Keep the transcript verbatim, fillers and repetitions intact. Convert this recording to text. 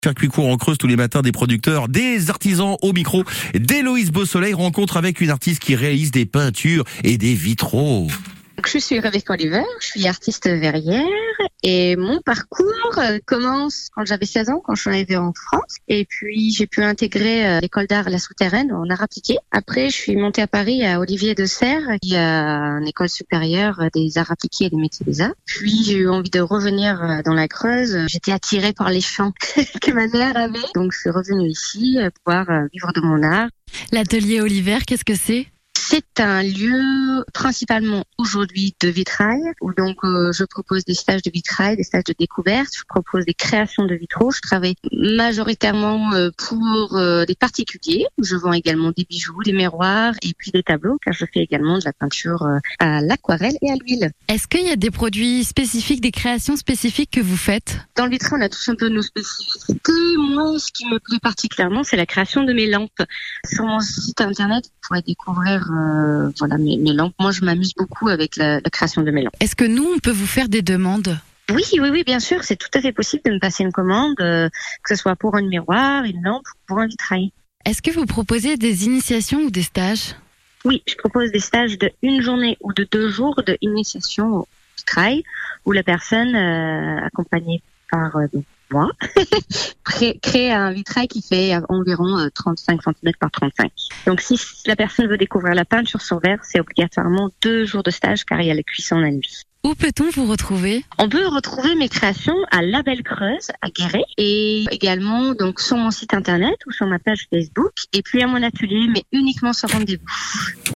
Circuit court en Creuse tous les matins, des producteurs, des artisans au micro d'Héloïse Beausoleil, rencontre avec une artiste qui réalise des peintures et des vitraux. Je suis Rebecca Oliver, je suis artiste verrière et mon parcours commence quand j'avais seize ans, quand je suis arrivée en France. Et puis j'ai pu intégrer l'école d'art La Souterraine en art appliqué. Après, je suis montée à Paris à Olivier de Serres, qui a une école supérieure des arts appliqués et des métiers des arts. Puis j'ai eu envie de revenir dans la Creuse. J'étais attirée par les champs que ma mère avait. Donc je suis revenue ici pour pouvoir vivre de mon art. L'atelier Oliver, qu'est-ce que c'est ? C'est un lieu principalement aujourd'hui de vitrail, où donc euh, je propose des stages de vitrail, des stages de découverte, je propose des créations de vitraux. Je travaille majoritairement euh, pour euh, des particuliers. Je vends également des bijoux, des miroirs et puis des tableaux, car je fais également de la peinture euh, à l'aquarelle et à l'huile. Est-ce qu'il y a des produits spécifiques, des créations spécifiques que vous faites ? Dans le vitrail, on a tous un peu nos spécificités. Moi, ce qui me plaît particulièrement, c'est la création de mes lampes. Sur mon site internet, vous pourrez découvrir Euh, voilà mes, mes lampes. Moi, je m'amuse beaucoup avec la, la création de mes lampes. Est-ce que nous, on peut vous faire des demandes ? Oui, oui, oui, bien sûr. C'est tout à fait possible de me passer une commande, euh, que ce soit pour un miroir, une lampe ou pour un vitrail. Est-ce que vous proposez des initiations ou des stages ? Oui, je propose des stages de une journée ou de deux jours de initiation au vitrail, où la personne, euh, accompagnée par euh, moi, crée un vitrail qui fait environ trente-cinq centimètres par trente-cinq. Donc si la personne veut découvrir la peinture sur verre, c'est obligatoirement deux jours de stage car il y a la cuisson la nuit. Où peut-on vous retrouver ? On peut retrouver mes créations à La Belle Creuse, à Guéret, et également donc sur mon site internet ou sur ma page Facebook, et puis à mon atelier, mais uniquement sur rendez-vous.